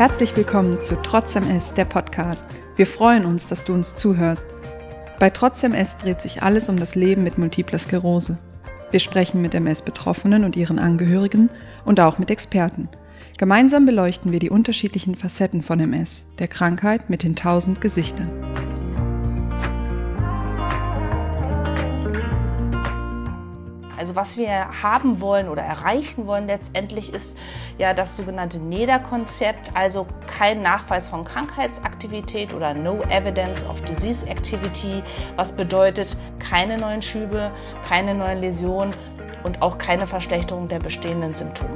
Herzlich willkommen zu Trotz MS, der Podcast. Wir freuen uns, dass du uns zuhörst. Bei Trotz MS dreht sich alles um das Leben mit Multipler Sklerose. Wir sprechen mit MS-Betroffenen und ihren Angehörigen und auch mit Experten. Gemeinsam beleuchten wir die unterschiedlichen Facetten von MS, der Krankheit mit den 1000 Gesichtern. Also was wir haben wollen oder erreichen wollen letztendlich ist ja das sogenannte NEDA-Konzept, also kein Nachweis von Krankheitsaktivität oder No Evidence of Disease Activity, was bedeutet keine neuen Schübe, keine neuen Läsionen und auch keine Verschlechterung der bestehenden Symptome.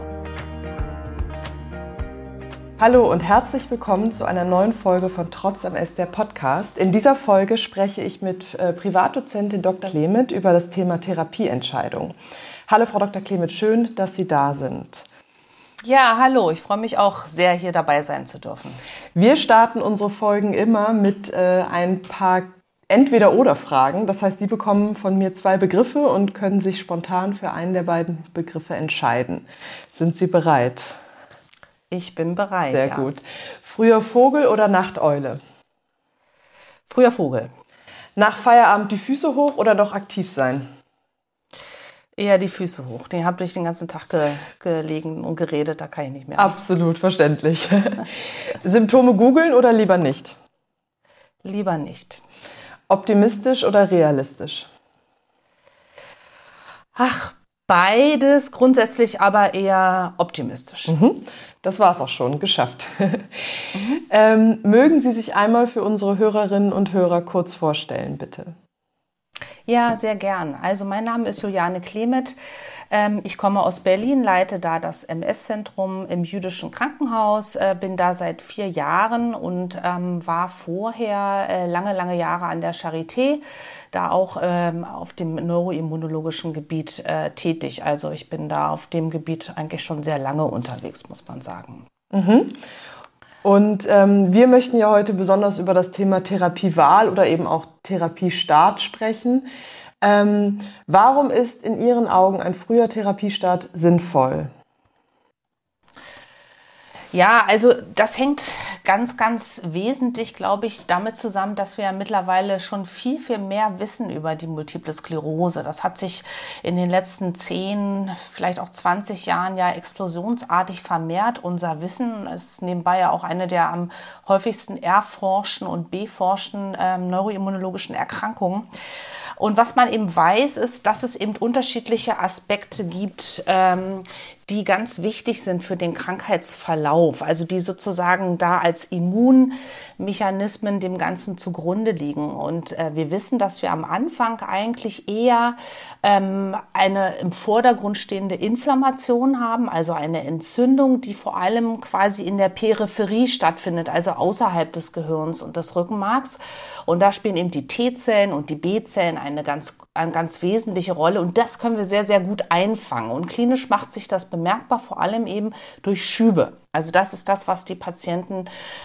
Hallo und herzlich willkommen zu einer neuen Folge von Trotz MS, der Podcast. In dieser Folge spreche ich mit Privatdozentin Dr. Klemet über das Thema Therapieentscheidung. Hallo Frau Dr. Klemet, schön, dass Sie da sind. Ja, hallo, ich freue mich auch sehr, hier dabei sein zu dürfen. Wir starten unsere Folgen immer mit ein paar Entweder-oder-Fragen. Das heißt, Sie bekommen von mir 2 Begriffe und können sich spontan für einen der beiden Begriffe entscheiden. Sind Sie bereit? Ich bin bereit. Sehr gut. Früher Vogel oder Nachteule? Früher Vogel. Nach Feierabend die Füße hoch oder noch aktiv sein? Eher die Füße hoch. Den habe ich den ganzen Tag gelegen und geredet, da kann ich nicht mehr. Absolut verständlich. Symptome googeln oder lieber nicht? Lieber nicht. Optimistisch oder realistisch? Ach, beides, grundsätzlich aber eher optimistisch. Das war's auch schon, geschafft. Mögen Sie sich einmal für unsere Hörerinnen und Hörer kurz vorstellen, bitte? Ja, sehr gern. Also mein Name ist Juliane Klemet. Ich komme aus Berlin, leite da das MS-Zentrum im Jüdischen Krankenhaus, bin da seit 4 Jahren und war vorher lange Jahre an der Charité, da auch auf dem neuroimmunologischen Gebiet tätig. Also ich bin da auf dem Gebiet eigentlich schon sehr lange unterwegs, muss man sagen. Und wir möchten ja heute besonders über das Thema Therapiewahl oder eben auch Therapiestart sprechen. Warum ist in Ihren Augen ein früher Therapiestart sinnvoll? Ja, also das hängt ganz wesentlich, glaube ich, damit zusammen, dass wir ja mittlerweile schon viel mehr wissen über die Multiple Sklerose. Das hat sich in den letzten 10, vielleicht auch 20 Jahren ja explosionsartig vermehrt. Unser Wissen ist nebenbei ja auch eine der am häufigsten erforschten und beforschten neuroimmunologischen Erkrankungen. Und was man eben weiß, ist, dass es eben unterschiedliche Aspekte gibt, die ganz wichtig sind für den Krankheitsverlauf, also die sozusagen da als Immunmechanismen dem Ganzen zugrunde liegen. Und wir wissen, dass wir am Anfang eigentlich eher eine im Vordergrund stehende Inflammation haben, also eine Entzündung, die vor allem quasi in der Peripherie stattfindet, also außerhalb des Gehirns und des Rückenmarks. Und da spielen eben die T-Zellen und die B-Zellen eine ganz wesentliche Rolle. Und das können wir sehr gut einfangen. Und klinisch macht sich das bemerkbar, vor allem eben durch Schübe. Also das ist das, was die Patienten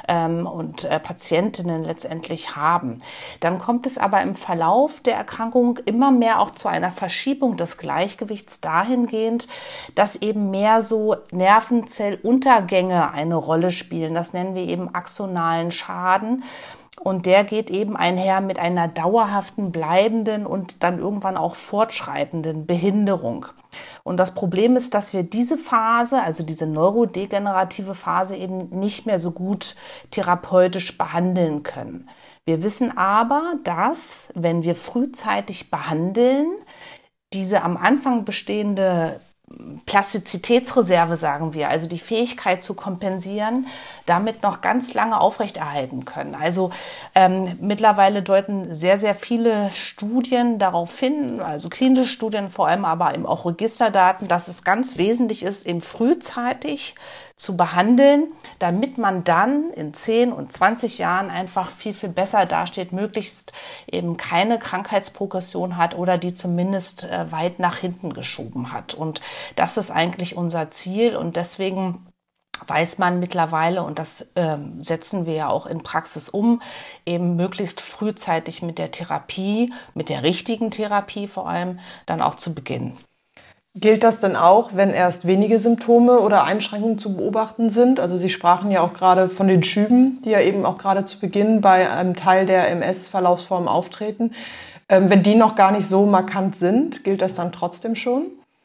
und Patientinnen letztendlich haben. Dann kommt es aber im Verlauf der Erkrankung immer mehr auch zu einer Verschiebung des Gleichgewichts dahingehend, dass eben mehr so Nervenzelluntergänge eine Rolle spielen. Das nennen wir eben axonalen Schaden. Und der geht eben einher mit einer dauerhaften, bleibenden und dann irgendwann auch fortschreitenden Behinderung. Und das Problem ist, dass wir diese Phase, also diese neurodegenerative Phase, eben nicht mehr so gut therapeutisch behandeln können. Wir wissen aber, dass, wenn wir frühzeitig behandeln, diese am Anfang bestehende Plastizitätsreserve, sagen wir, also die Fähigkeit zu kompensieren, damit noch ganz lange aufrechterhalten können. Also mittlerweile deuten sehr viele Studien darauf hin, also klinische Studien vor allem, aber eben auch Registerdaten, dass es ganz wesentlich ist, eben frühzeitig zu behandeln, damit man dann in 10 und 20 Jahren einfach viel besser dasteht, möglichst eben keine Krankheitsprogression hat oder die zumindest weit nach hinten geschoben hat. Und das ist eigentlich unser Ziel und deswegen weiß man mittlerweile, und das setzen wir ja auch in Praxis um, eben möglichst frühzeitig mit der Therapie, mit der richtigen Therapie vor allem, dann auch zu beginnen. Gilt das denn auch, wenn erst wenige Symptome oder Einschränkungen zu beobachten sind? Also Sie sprachen ja auch gerade von den Schüben, die ja eben auch gerade zu Beginn bei einem Teil der MS-Verlaufsform auftreten. Wenn die noch gar nicht so markant sind, gilt das dann trotzdem schon?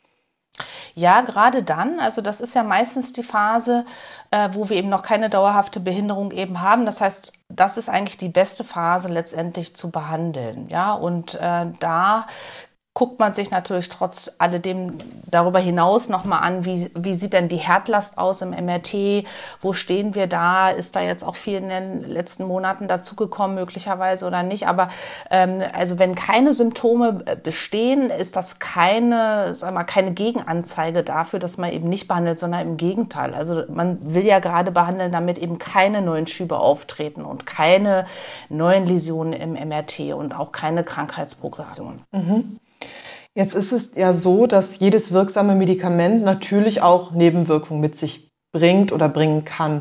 Ja, gerade dann, also das ist ja meistens die Phase, wo wir eben noch keine dauerhafte Behinderung eben haben. Das heißt, das ist eigentlich die beste Phase letztendlich zu behandeln. Ja, und da guckt man sich natürlich trotz alledem darüber hinaus nochmal an, wie sieht denn die Herdlast aus im MRT, wo stehen wir da, ist da jetzt auch viel in den letzten Monaten dazugekommen möglicherweise oder nicht, aber also wenn keine Symptome bestehen, ist das keine Gegenanzeige dafür, dass man eben nicht behandelt, sondern im Gegenteil. Also man will ja gerade behandeln, damit eben keine neuen Schübe auftreten und keine neuen Läsionen im MRT und auch keine Krankheitsprogression. Mhm. Jetzt ist es ja so, dass jedes wirksame Medikament natürlich auch Nebenwirkungen mit sich bringt oder bringen kann.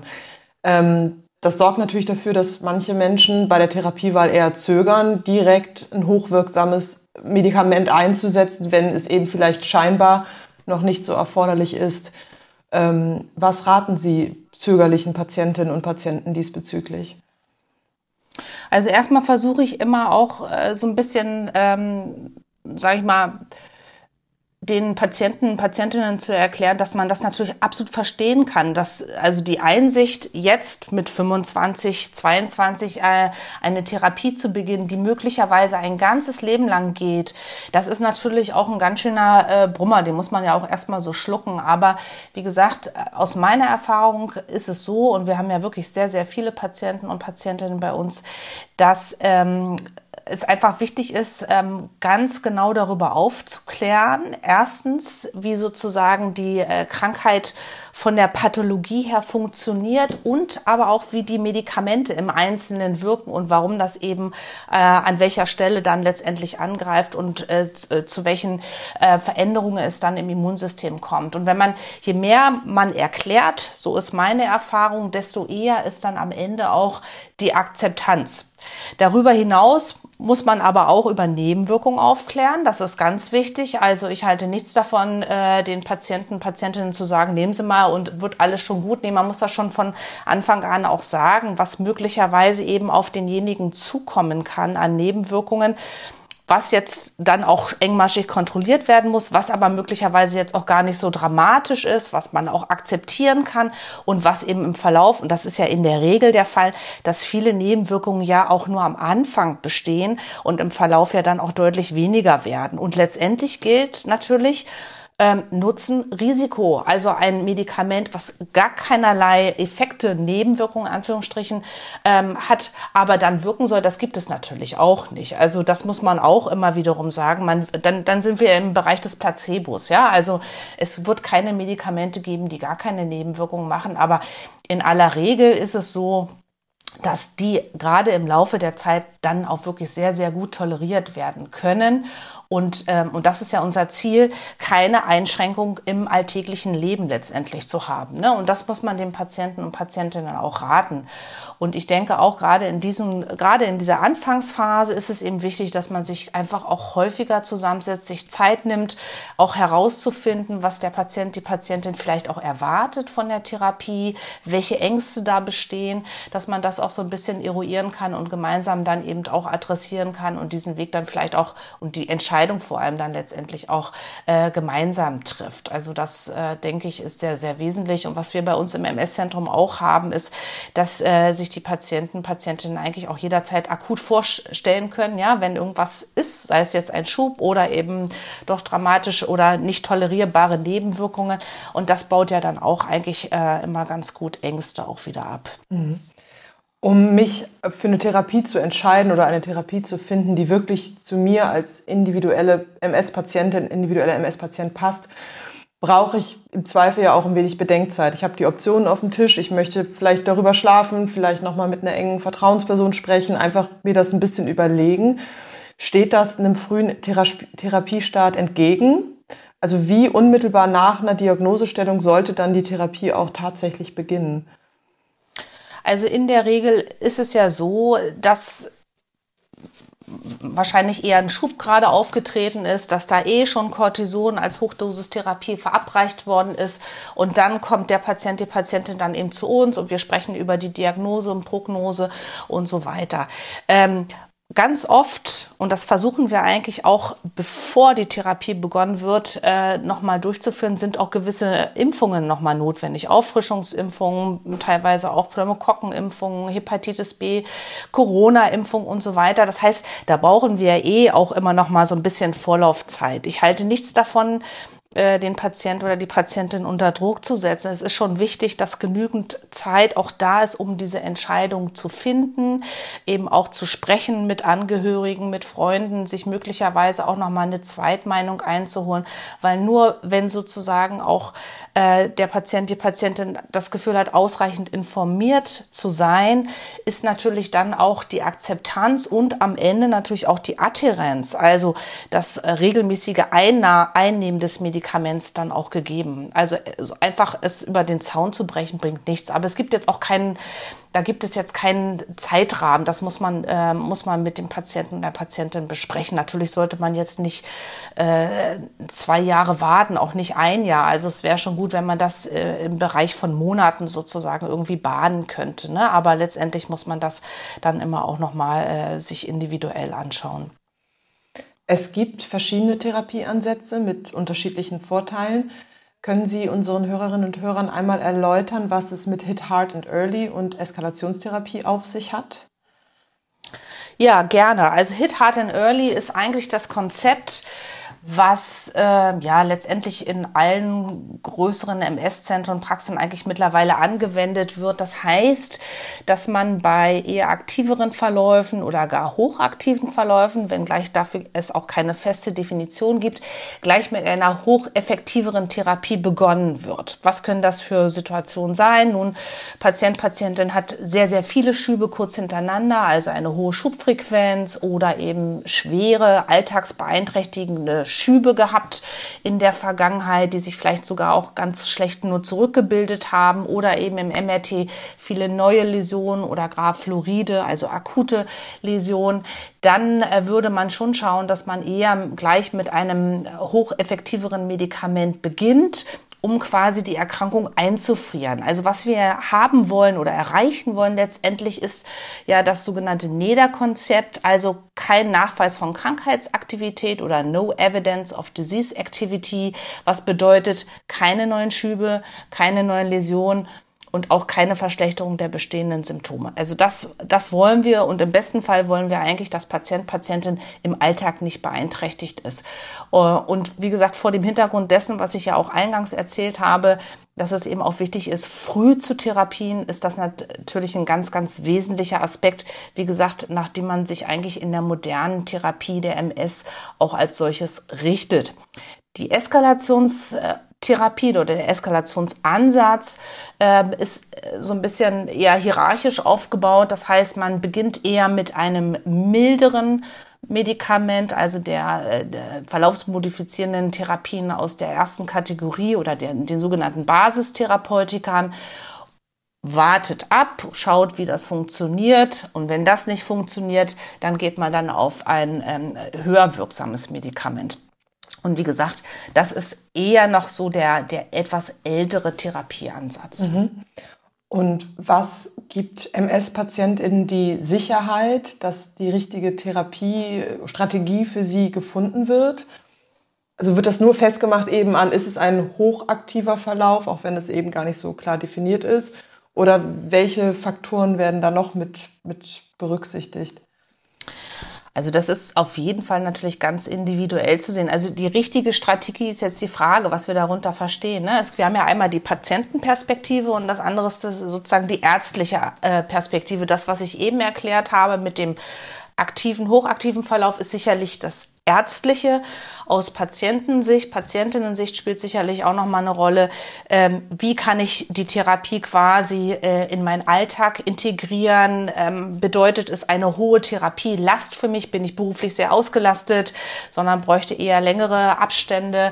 Das sorgt natürlich dafür, dass manche Menschen bei der Therapiewahl eher zögern, direkt ein hochwirksames Medikament einzusetzen, wenn es eben vielleicht scheinbar noch nicht so erforderlich ist. Was raten Sie zögerlichen Patientinnen und Patienten diesbezüglich? Also erstmal versuche ich immer auch so ein bisschen sage ich mal, den Patienten, Patientinnen zu erklären, dass man das natürlich absolut verstehen kann, dass also die Einsicht jetzt mit 25, 22 eine Therapie zu beginnen, die möglicherweise ein ganzes Leben lang geht, das ist natürlich auch ein ganz schöner Brummer, den muss man ja auch erstmal so schlucken, aber wie gesagt, aus meiner Erfahrung ist es so, und wir haben ja wirklich sehr, sehr viele Patienten und Patientinnen bei uns, dass es einfach wichtig ist, ganz genau darüber aufzuklären. Erstens, wie sozusagen die Krankheit von der Pathologie her funktioniert und aber auch, wie die Medikamente im Einzelnen wirken und warum das eben an welcher Stelle dann letztendlich angreift und zu welchen Veränderungen es dann im Immunsystem kommt. Und je mehr man erklärt, so ist meine Erfahrung, desto eher ist dann am Ende auch die Akzeptanz. Darüber hinaus muss man aber auch über Nebenwirkungen aufklären. Das ist ganz wichtig. Also ich halte nichts davon, den Patienten, Patientinnen zu sagen, nehmen Sie mal und wird alles schon gut. Nee, man muss das schon von Anfang an auch sagen, was möglicherweise eben auf denjenigen zukommen kann an Nebenwirkungen, was jetzt dann auch engmaschig kontrolliert werden muss, was aber möglicherweise jetzt auch gar nicht so dramatisch ist, was man auch akzeptieren kann und was eben im Verlauf, und das ist ja in der Regel der Fall, dass viele Nebenwirkungen ja auch nur am Anfang bestehen und im Verlauf ja dann auch deutlich weniger werden. Und letztendlich gilt natürlich, Nutzen, Risiko, also ein Medikament, was gar keinerlei Effekte, Nebenwirkungen, Anführungsstrichen, hat, aber dann wirken soll, das gibt es natürlich auch nicht. Also das muss man auch immer wiederum sagen. Dann sind wir im Bereich des Placebos, ja. Also es wird keine Medikamente geben, die gar keine Nebenwirkungen machen, aber in aller Regel ist es so, dass die gerade im Laufe der Zeit dann auch wirklich sehr, sehr gut toleriert werden können. Und das ist ja unser Ziel, keine Einschränkung im alltäglichen Leben letztendlich zu haben. Ne? Und das muss man den Patienten und Patientinnen auch raten. Und ich denke auch gerade in dieser Anfangsphase ist es eben wichtig, dass man sich einfach auch häufiger zusammensetzt, sich Zeit nimmt, auch herauszufinden, was der Patient, die Patientin vielleicht auch erwartet von der Therapie, welche Ängste da bestehen, dass man das auch so ein bisschen eruieren kann und gemeinsam dann eben auch adressieren kann und diesen Weg dann vielleicht auch und die Entscheidung vor allem dann letztendlich auch gemeinsam trifft. Also das, denke ich, ist sehr, sehr wesentlich. Und was wir bei uns im MS-Zentrum auch haben, ist, dass sich die Patienten, Patientinnen eigentlich auch jederzeit akut vorstellen können, ja, wenn irgendwas ist, sei es jetzt ein Schub oder eben doch dramatisch oder nicht tolerierbare Nebenwirkungen. Und das baut ja dann auch eigentlich immer ganz gut Ängste auch wieder ab. Mhm. Um mich für eine Therapie zu entscheiden oder eine Therapie zu finden, die wirklich zu mir als individuelle MS-Patientin, individueller MS-Patient passt, brauche ich im Zweifel ja auch ein wenig Bedenkzeit. Ich habe die Optionen auf dem Tisch, ich möchte vielleicht darüber schlafen, vielleicht nochmal mit einer engen Vertrauensperson sprechen, einfach mir das ein bisschen überlegen. Steht das einem frühen Therapiestart entgegen? Also wie unmittelbar nach einer Diagnosestellung sollte dann die Therapie auch tatsächlich beginnen? Also in der Regel ist es ja so, dass wahrscheinlich eher ein Schub gerade aufgetreten ist, dass da schon Cortison als Hochdosistherapie verabreicht worden ist und dann kommt der Patient, die Patientin dann eben zu uns und wir sprechen über die Diagnose und Prognose und so weiter. Ganz oft, und das versuchen wir eigentlich auch, bevor die Therapie begonnen wird, nochmal durchzuführen, sind auch gewisse Impfungen nochmal notwendig. Auffrischungsimpfungen, teilweise auch Pneumokokkenimpfungen, Hepatitis B, Corona-Impfung und so weiter. Das heißt, da brauchen wir auch immer nochmal so ein bisschen Vorlaufzeit. Ich halte nichts davon, den Patient oder die Patientin unter Druck zu setzen. Es ist schon wichtig, dass genügend Zeit auch da ist, um diese Entscheidung zu finden, eben auch zu sprechen mit Angehörigen, mit Freunden, sich möglicherweise auch nochmal eine Zweitmeinung einzuholen, weil nur wenn sozusagen auch der Patient, die Patientin das Gefühl hat, ausreichend informiert zu sein, ist natürlich dann auch die Akzeptanz und am Ende natürlich auch die Adhärenz, also das regelmäßige Einnehmen des Medikaments dann auch gegeben. Also einfach es über den Zaun zu brechen, bringt nichts. Aber es gibt jetzt auch da gibt es jetzt keinen Zeitrahmen. Das muss man mit dem Patienten und der Patientin besprechen. Natürlich sollte man jetzt nicht 2 Jahre warten, auch nicht 1 Jahr. Also es wäre schon gut, wenn man das im Bereich von Monaten sozusagen irgendwie bahnen könnte. Ne? Aber letztendlich muss man das dann immer auch nochmal sich individuell anschauen. Es gibt verschiedene Therapieansätze mit unterschiedlichen Vorteilen. Können Sie unseren Hörerinnen und Hörern einmal erläutern, was es mit Hit Hard and Early und Eskalationstherapie auf sich hat? Ja, gerne. Also Hit Hard and Early ist eigentlich das Konzept, was letztendlich in allen größeren MS-Zentren und Praxen eigentlich mittlerweile angewendet wird. Das heißt, dass man bei eher aktiveren Verläufen oder gar hochaktiven Verläufen, wenngleich dafür es auch keine feste Definition gibt, gleich mit einer hocheffektiveren Therapie begonnen wird. Was können das für Situationen sein? Nun, Patientin hat sehr, sehr viele Schübe kurz hintereinander, also eine hohe Schubfrequenz oder eben schwere, alltagsbeeinträchtigende Schübe gehabt in der Vergangenheit, die sich vielleicht sogar auch ganz schlecht nur zurückgebildet haben oder eben im MRT viele neue Läsionen oder gar Fluoride, also akute Läsionen, dann würde man schon schauen, dass man eher gleich mit einem hocheffektiveren Medikament beginnt, um quasi die Erkrankung einzufrieren. Also was wir haben wollen oder erreichen wollen letztendlich ist ja das sogenannte NEDA-Konzept, also kein Nachweis von Krankheitsaktivität oder No Evidence of Disease Activity, was bedeutet keine neuen Schübe, keine neuen Läsionen und auch keine Verschlechterung der bestehenden Symptome. Also das wollen wir und im besten Fall wollen wir eigentlich, dass Patientin im Alltag nicht beeinträchtigt ist. Und wie gesagt, vor dem Hintergrund dessen, was ich ja auch eingangs erzählt habe, dass es eben auch wichtig ist, früh zu therapien, ist das natürlich ein ganz, ganz wesentlicher Aspekt. Wie gesagt, nachdem man sich eigentlich in der modernen Therapie der MS auch als solches richtet. Die Eskalationstherapie oder der Eskalationsansatz ist so ein bisschen eher hierarchisch aufgebaut. Das heißt, man beginnt eher mit einem milderen Medikament, also der verlaufsmodifizierenden Therapien aus der ersten Kategorie oder den sogenannten Basistherapeutikern, wartet ab, schaut, wie das funktioniert und wenn das nicht funktioniert, dann geht man dann auf ein höher wirksames Medikament. Und wie gesagt, das ist eher noch so der etwas ältere Therapieansatz. Und was gibt MS-PatientInnen die Sicherheit, dass die richtige Therapiestrategie für sie gefunden wird? Also wird das nur festgemacht eben an, ist es ein hochaktiver Verlauf, auch wenn es eben gar nicht so klar definiert ist? Oder welche Faktoren werden da noch mit berücksichtigt? Also das ist auf jeden Fall natürlich ganz individuell zu sehen. Also die richtige Strategie ist jetzt die Frage, was wir darunter verstehen. Ne? Wir haben ja einmal die Patientenperspektive und das andere ist sozusagen die ärztliche Perspektive. Das, was ich eben erklärt habe mit dem hochaktiven Verlauf, ist sicherlich das Ärztliche. aus Patientensicht, Patientinnensicht spielt sicherlich auch nochmal eine Rolle. Wie kann ich die Therapie quasi in meinen Alltag integrieren? Bedeutet es eine hohe Therapielast für mich? Bin ich beruflich sehr ausgelastet, sondern bräuchte eher längere Abstände,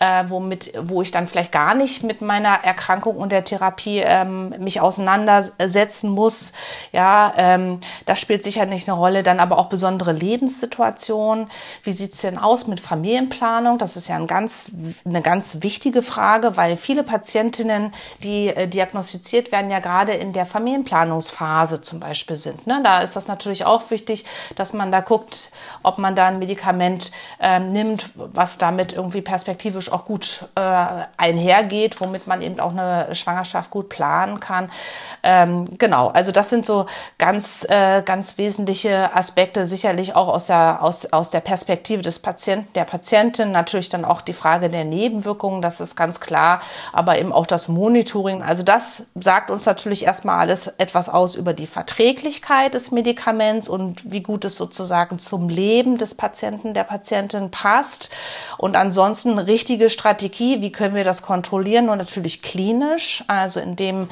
wo ich dann vielleicht gar nicht mit meiner Erkrankung und der Therapie mich auseinandersetzen muss. Ja, das spielt sicherlich eine Rolle. Dann aber auch besondere Lebenssituationen. Wie sieht's denn aus mit Familienplanung? Das ist ja eine ganz wichtige Frage, weil viele Patientinnen, die diagnostiziert werden, ja gerade in der Familienplanungsphase zum Beispiel sind. Ne? Da ist das natürlich auch wichtig, dass man da guckt, ob man da ein Medikament nimmt, was damit irgendwie perspektivisch auch gut einhergeht, womit man eben auch eine Schwangerschaft gut planen kann. Genau, also das sind so ganz wesentliche Aspekte, sicherlich auch aus der Perspektive des Patienten, der Patientin, natürlich dann auch die Frage der Nebenwirkungen, das ist ganz klar, aber eben auch das Monitoring. Also das sagt uns natürlich erstmal alles etwas aus über die Verträglichkeit des Medikaments und wie gut es sozusagen zum Leben des Patienten, der Patientin passt. Und ansonsten richtige Strategie, wie können wir das kontrollieren? Und natürlich klinisch, also indem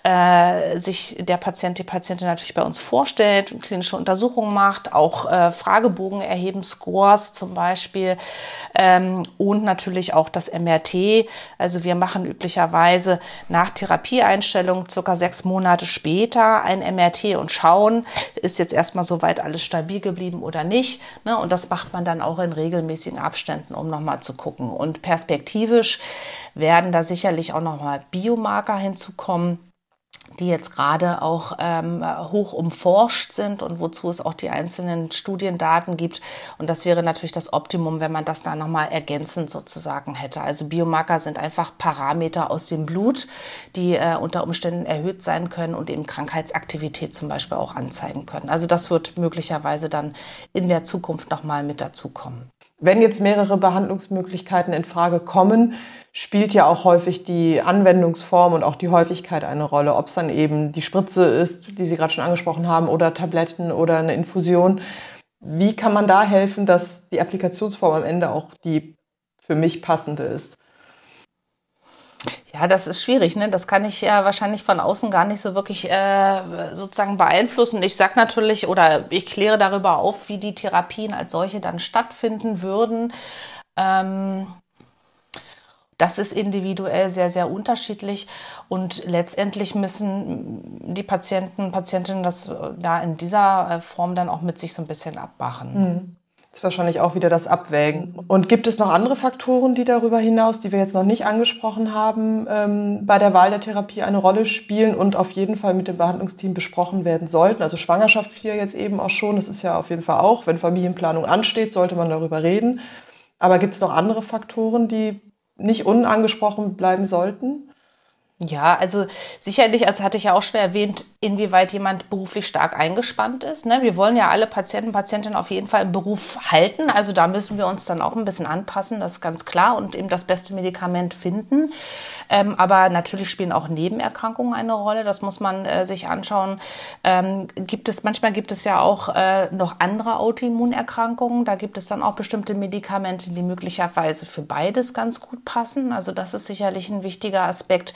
sich der Patient, die Patientin natürlich bei uns vorstellt, klinische Untersuchungen macht, auch Fragebogen erheben, Scores zum Beispiel, und natürlich auch das MRT. Also wir machen üblicherweise nach Therapieeinstellung circa 6 Monate später ein MRT und schauen, ist jetzt erstmal soweit alles stabil geblieben oder nicht. Ne? Und das macht man dann auch in regelmäßigen Abständen, um nochmal zu gucken. Und perspektivisch werden da sicherlich auch nochmal Biomarker hinzukommen, die jetzt gerade auch hoch umforscht sind und wozu es auch die einzelnen Studiendaten gibt. Und das wäre natürlich das Optimum, wenn man das da nochmal ergänzend sozusagen hätte. Also Biomarker sind einfach Parameter aus dem Blut, die unter Umständen erhöht sein können und eben Krankheitsaktivität zum Beispiel auch anzeigen können. Also das wird möglicherweise dann in der Zukunft nochmal mit dazukommen. Wenn jetzt mehrere Behandlungsmöglichkeiten in Frage kommen, spielt ja auch häufig die Anwendungsform und auch die Häufigkeit eine Rolle. Ob es dann eben die Spritze ist, die Sie gerade schon angesprochen haben, oder Tabletten oder eine Infusion. Wie kann man da helfen, dass die Applikationsform am Ende auch die für mich passende ist? Ja, das ist schwierig, ne? Das kann ich ja wahrscheinlich von außen gar nicht so wirklich sozusagen beeinflussen. Ich sag natürlich oder ich kläre darüber auf, wie die Therapien als solche dann stattfinden würden. Das ist individuell sehr, sehr unterschiedlich und letztendlich müssen die Patientinnen das da in dieser Form dann auch mit sich so ein bisschen abmachen. Das ist wahrscheinlich auch wieder das Abwägen. Und gibt es noch andere Faktoren, die darüber hinaus, die wir jetzt noch nicht angesprochen haben, bei der Wahl der Therapie eine Rolle spielen und auf jeden Fall mit dem Behandlungsteam besprochen werden sollten? Also Schwangerschaft fiel jetzt eben auch schon, das ist ja auf jeden Fall auch, wenn Familienplanung ansteht, sollte man darüber reden. Aber gibt es noch andere Faktoren, die nicht unangesprochen bleiben sollten? Ja, also sicherlich, das hatte ich ja auch schon erwähnt, inwieweit jemand beruflich stark eingespannt ist. Ne? Wir wollen ja alle Patientinnen auf jeden Fall im Beruf halten. Also da müssen wir uns dann auch ein bisschen anpassen, das ist ganz klar, und eben das beste Medikament finden. Aber natürlich spielen auch Nebenerkrankungen eine Rolle. Das muss man sich anschauen. Manchmal gibt es ja auch noch andere Autoimmunerkrankungen. Da gibt es dann auch bestimmte Medikamente, die möglicherweise für beides ganz gut passen. Also das ist sicherlich ein wichtiger Aspekt.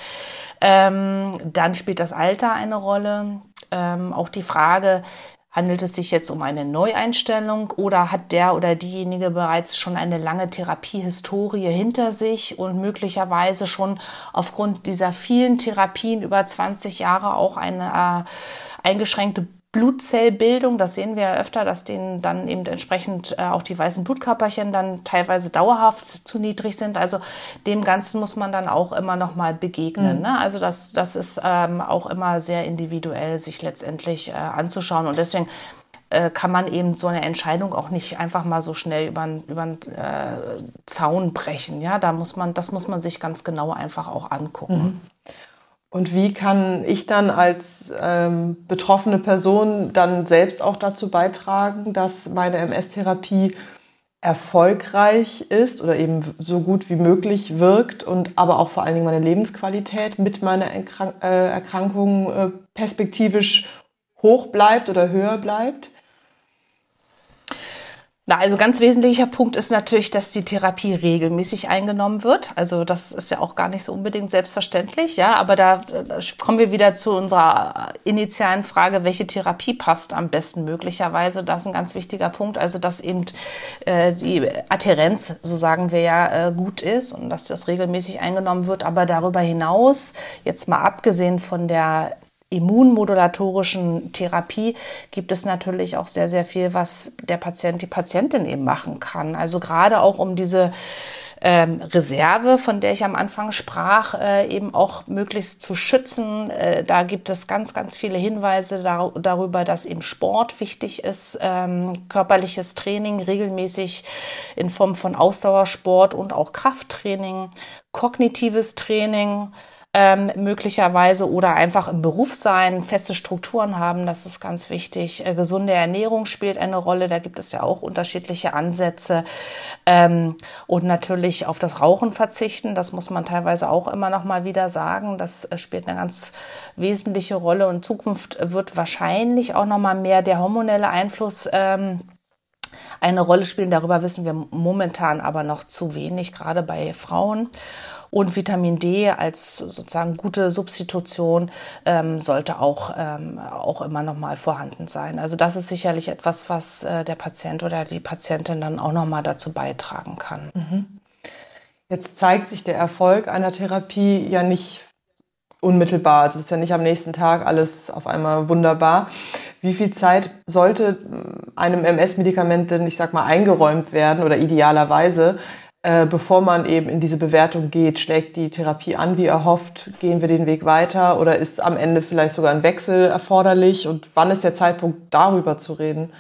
Dann spielt das Alter eine Rolle. Auch die Frage, handelt es sich jetzt um eine Neueinstellung oder hat der oder diejenige bereits schon eine lange Therapiehistorie hinter sich und möglicherweise schon aufgrund dieser vielen Therapien über 20 Jahre auch eine eingeschränkte Blutzellbildung, das sehen wir ja öfter, dass denen dann eben entsprechend auch die weißen Blutkörperchen dann teilweise dauerhaft zu niedrig sind. Also dem Ganzen muss man dann auch immer noch mal begegnen. Ne? Also das ist auch immer sehr individuell, sich letztendlich anzuschauen. Und deswegen kann man eben so eine Entscheidung auch nicht einfach mal so schnell über den Zaun brechen. Ja, das muss man sich ganz genau einfach auch angucken. Und wie kann ich dann als betroffene Person dann selbst auch dazu beitragen, dass meine MS-Therapie erfolgreich ist oder eben so gut wie möglich wirkt und aber auch vor allen Dingen meine Lebensqualität mit meiner Erkrankung perspektivisch hoch bleibt oder höher bleibt? Na, also ganz wesentlicher Punkt ist natürlich, dass die Therapie regelmäßig eingenommen wird. Also das ist ja auch gar nicht so unbedingt selbstverständlich, ja. Aber da kommen wir wieder zu unserer initialen Frage, welche Therapie passt am besten möglicherweise. Das ist ein ganz wichtiger Punkt. Also dass eben die Adhärenz, so sagen wir ja, gut ist und dass das regelmäßig eingenommen wird. Aber darüber hinaus, jetzt mal abgesehen von der immunmodulatorischen Therapie gibt es natürlich auch sehr, sehr viel, was der Patient, die Patientin eben machen kann. Also gerade auch um diese Reserve, von der ich am Anfang sprach, eben auch möglichst zu schützen. Da gibt es ganz, ganz viele Hinweise darüber, dass eben Sport wichtig ist, körperliches Training regelmäßig in Form von Ausdauersport und auch Krafttraining, kognitives Training, möglicherweise oder einfach im Beruf sein, feste Strukturen haben, das ist ganz wichtig. Gesunde Ernährung spielt eine Rolle, da gibt es ja auch unterschiedliche Ansätze. Und natürlich auf das Rauchen verzichten, das muss man teilweise auch immer noch mal wieder sagen, das spielt eine ganz wesentliche Rolle und in Zukunft wird wahrscheinlich auch noch mal mehr der hormonelle Einfluss eine Rolle spielen. Darüber wissen wir momentan aber noch zu wenig, gerade bei Frauen. Und Vitamin D als sozusagen gute Substitution sollte auch immer noch mal vorhanden sein. Also das ist sicherlich etwas, was der Patient oder die Patientin dann auch noch mal dazu beitragen kann. Jetzt zeigt sich der Erfolg einer Therapie ja nicht unmittelbar. Also es ist ja nicht am nächsten Tag alles auf einmal wunderbar. Wie viel Zeit sollte einem MS-Medikament denn, ich sag mal, eingeräumt werden oder idealerweise, bevor man eben in diese Bewertung geht? Schlägt die Therapie an, wie erhofft? Gehen wir den Weg weiter? Oder ist am Ende vielleicht sogar ein Wechsel erforderlich? Und wann ist der Zeitpunkt, darüber zu reden?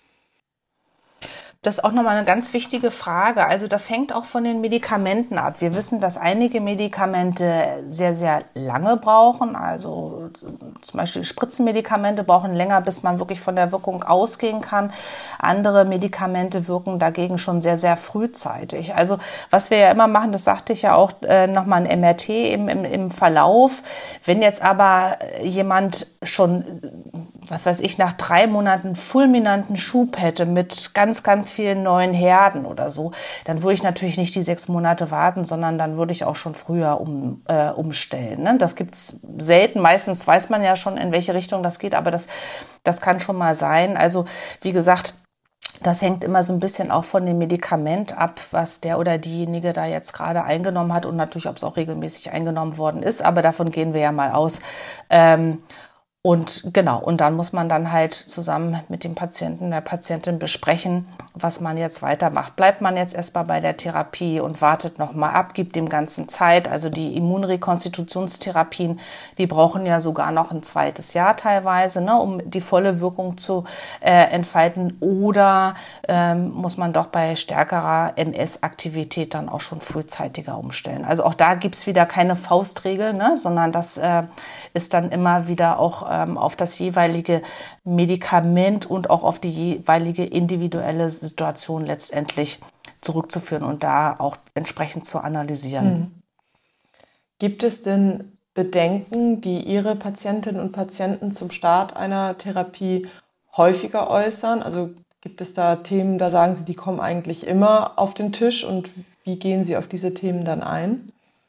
Das ist auch nochmal eine ganz wichtige Frage. Also das hängt auch von den Medikamenten ab. Wir wissen, dass einige Medikamente sehr, sehr lange brauchen. Also zum Beispiel Spritzenmedikamente brauchen länger, bis man wirklich von der Wirkung ausgehen kann. Andere Medikamente wirken dagegen schon sehr, sehr frühzeitig. Also was wir ja immer machen, das sagte ich ja auch, nochmal ein MRT im Verlauf. Wenn jetzt aber jemand schon, was weiß ich, nach 3 Monaten fulminanten Schub hätte mit ganz, ganz vielen neuen Herden oder so, dann würde ich natürlich nicht die 6 Monate warten, sondern dann würde ich auch schon früher umstellen. Ne? Das gibt's selten. Meistens weiß man ja schon, in welche Richtung das geht, aber das kann schon mal sein. Also wie gesagt, das hängt immer so ein bisschen auch von dem Medikament ab, was der oder diejenige da jetzt gerade eingenommen hat und natürlich, ob es auch regelmäßig eingenommen worden ist. Aber davon gehen wir ja mal aus. Und genau, und dann muss man dann halt zusammen mit dem Patienten, der Patientin besprechen, was man jetzt weitermacht. Bleibt man jetzt erstmal bei der Therapie und wartet nochmal ab, gibt dem Ganzen Zeit. Also die Immunrekonstitutionstherapien, die brauchen ja sogar noch ein 2. Jahr teilweise, ne, um die volle Wirkung zu entfalten. Oder muss man doch bei stärkerer MS-Aktivität dann auch schon frühzeitiger umstellen. Also auch da gibt's wieder keine Faustregel, ne, sondern das ist dann immer wieder auch auf das jeweilige Medikament und auch auf die jeweilige individuelle Situation letztendlich zurückzuführen und da auch entsprechend zu analysieren. Gibt es denn Bedenken, die Ihre Patientinnen und Patienten zum Start einer Therapie häufiger äußern? Also gibt es da Themen, da sagen Sie, die kommen eigentlich immer auf den Tisch, und wie gehen Sie auf diese Themen dann ein?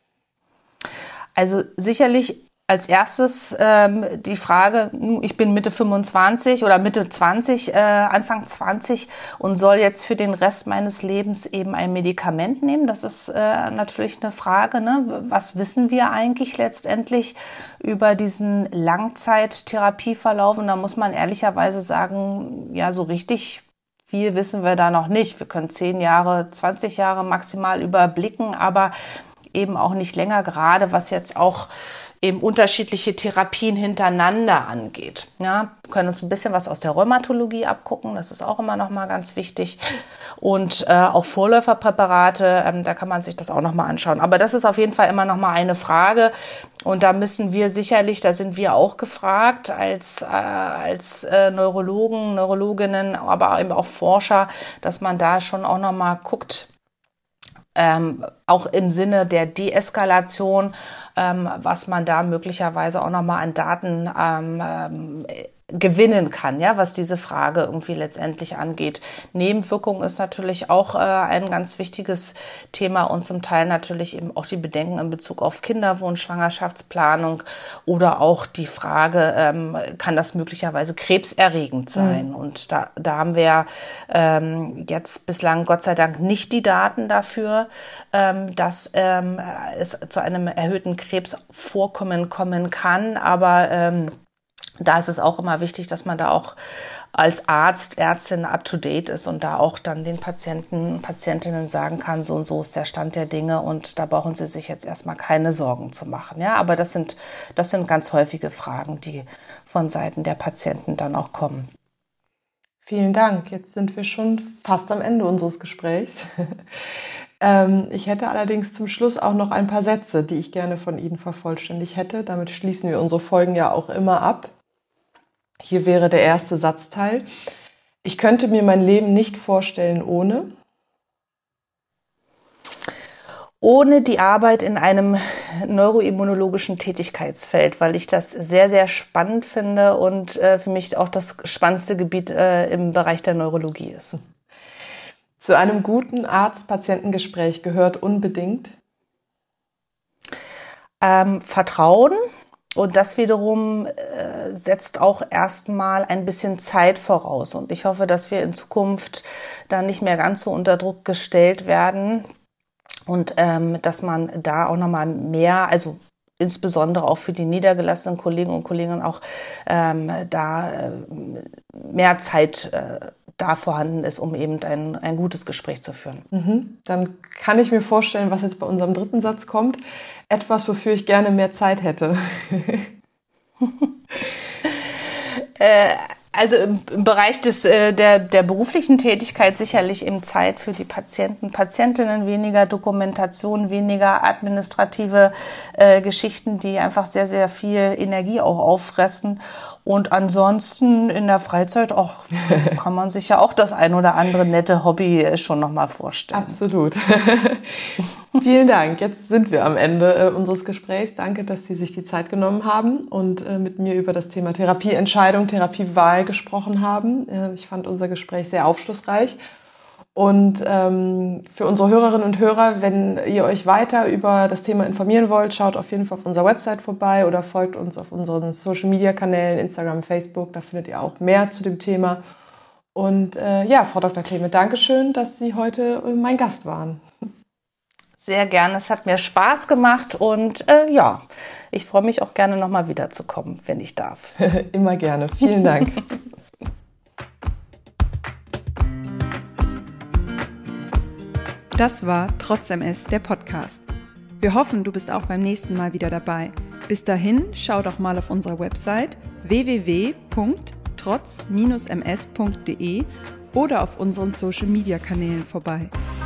Also sicherlich als erstes die Frage, ich bin Mitte 25 oder Mitte 20, Anfang 20 und soll jetzt für den Rest meines Lebens eben ein Medikament nehmen. Das ist natürlich eine Frage, ne? Was wissen wir eigentlich letztendlich über diesen Langzeit-Therapieverlauf? Und da muss man ehrlicherweise sagen, ja, so richtig viel wissen wir da noch nicht. Wir können 10 Jahre, 20 Jahre maximal überblicken, aber eben auch nicht länger, gerade was jetzt auch eben unterschiedliche Therapien hintereinander angeht. Ja, wir können uns ein bisschen was aus der Rheumatologie abgucken, das ist auch immer noch mal ganz wichtig. Und auch Vorläuferpräparate, da kann man sich das auch noch mal anschauen. Aber das ist auf jeden Fall immer noch mal eine Frage. Und da müssen wir sicherlich, da sind wir auch gefragt als Neurologen, Neurologinnen, aber eben auch Forscher, dass man da schon auch noch mal guckt, auch im Sinne der Deeskalation, was man da möglicherweise auch nochmal an Daten gewinnen kann, ja, was diese Frage irgendwie letztendlich angeht. Nebenwirkung ist natürlich auch ein ganz wichtiges Thema und zum Teil natürlich eben auch die Bedenken in Bezug auf Kinderwunsch, Schwangerschaftsplanung oder auch die Frage, kann das möglicherweise krebserregend sein? Und da haben wir jetzt bislang Gott sei Dank nicht die Daten dafür, dass es zu einem erhöhten Krebsvorkommen kommen kann, aber da ist es auch immer wichtig, dass man da auch als Arzt, Ärztin up-to-date ist und da auch dann den Patienten, Patientinnen sagen kann, so und so ist der Stand der Dinge und da brauchen sie sich jetzt erstmal keine Sorgen zu machen. Ja, aber das sind ganz häufige Fragen, die von Seiten der Patienten dann auch kommen. Vielen Dank. Jetzt sind wir schon fast am Ende unseres Gesprächs. Ich hätte allerdings zum Schluss auch noch ein paar Sätze, die ich gerne von Ihnen vervollständigt hätte. Damit schließen wir unsere Folgen ja auch immer ab. Hier wäre der erste Satzteil. Ich könnte mir mein Leben nicht vorstellen ohne die Arbeit in einem neuroimmunologischen Tätigkeitsfeld, weil ich das sehr, sehr spannend finde und für mich auch das spannendste Gebiet im Bereich der Neurologie ist. Zu einem guten Arzt-Patientengespräch gehört unbedingt Vertrauen. Und das wiederum setzt auch erstmal ein bisschen Zeit voraus. Und ich hoffe, dass wir in Zukunft da nicht mehr ganz so unter Druck gestellt werden und dass man da auch nochmal mehr, also insbesondere auch für die niedergelassenen Kollegen und Kolleginnen auch da mehr Zeit da vorhanden ist, um eben ein gutes Gespräch zu führen. Dann kann ich mir vorstellen, was jetzt bei unserem dritten Satz kommt. Etwas, wofür ich gerne mehr Zeit hätte. Also im Bereich der beruflichen Tätigkeit sicherlich eben Zeit für die Patienten, Patientinnen, weniger Dokumentation, weniger administrative Geschichten, die einfach sehr, sehr viel Energie auch auffressen. Und ansonsten in der Freizeit kann man sich ja auch das ein oder andere nette Hobby schon nochmal vorstellen. Absolut. Vielen Dank. Jetzt sind wir am Ende unseres Gesprächs. Danke, dass Sie sich die Zeit genommen haben und mit mir über das Thema Therapieentscheidung, Therapiewahl gesprochen haben. Ich fand unser Gespräch sehr aufschlussreich. Und für unsere Hörerinnen und Hörer, wenn ihr euch weiter über das Thema informieren wollt, schaut auf jeden Fall auf unserer Website vorbei oder folgt uns auf unseren Social-Media-Kanälen, Instagram, Facebook. Da findet ihr auch mehr zu dem Thema. Und Frau Dr. Clement, Dankeschön, dass Sie heute mein Gast waren. Sehr gerne, es hat mir Spaß gemacht und ich freue mich auch gerne nochmal wiederzukommen, wenn ich darf. Immer gerne, vielen Dank. Das war Trotz MS, der Podcast. Wir hoffen, du bist auch beim nächsten Mal wieder dabei. Bis dahin, schau doch mal auf unserer Website www.trotz-ms.de oder auf unseren Social-Media-Kanälen vorbei.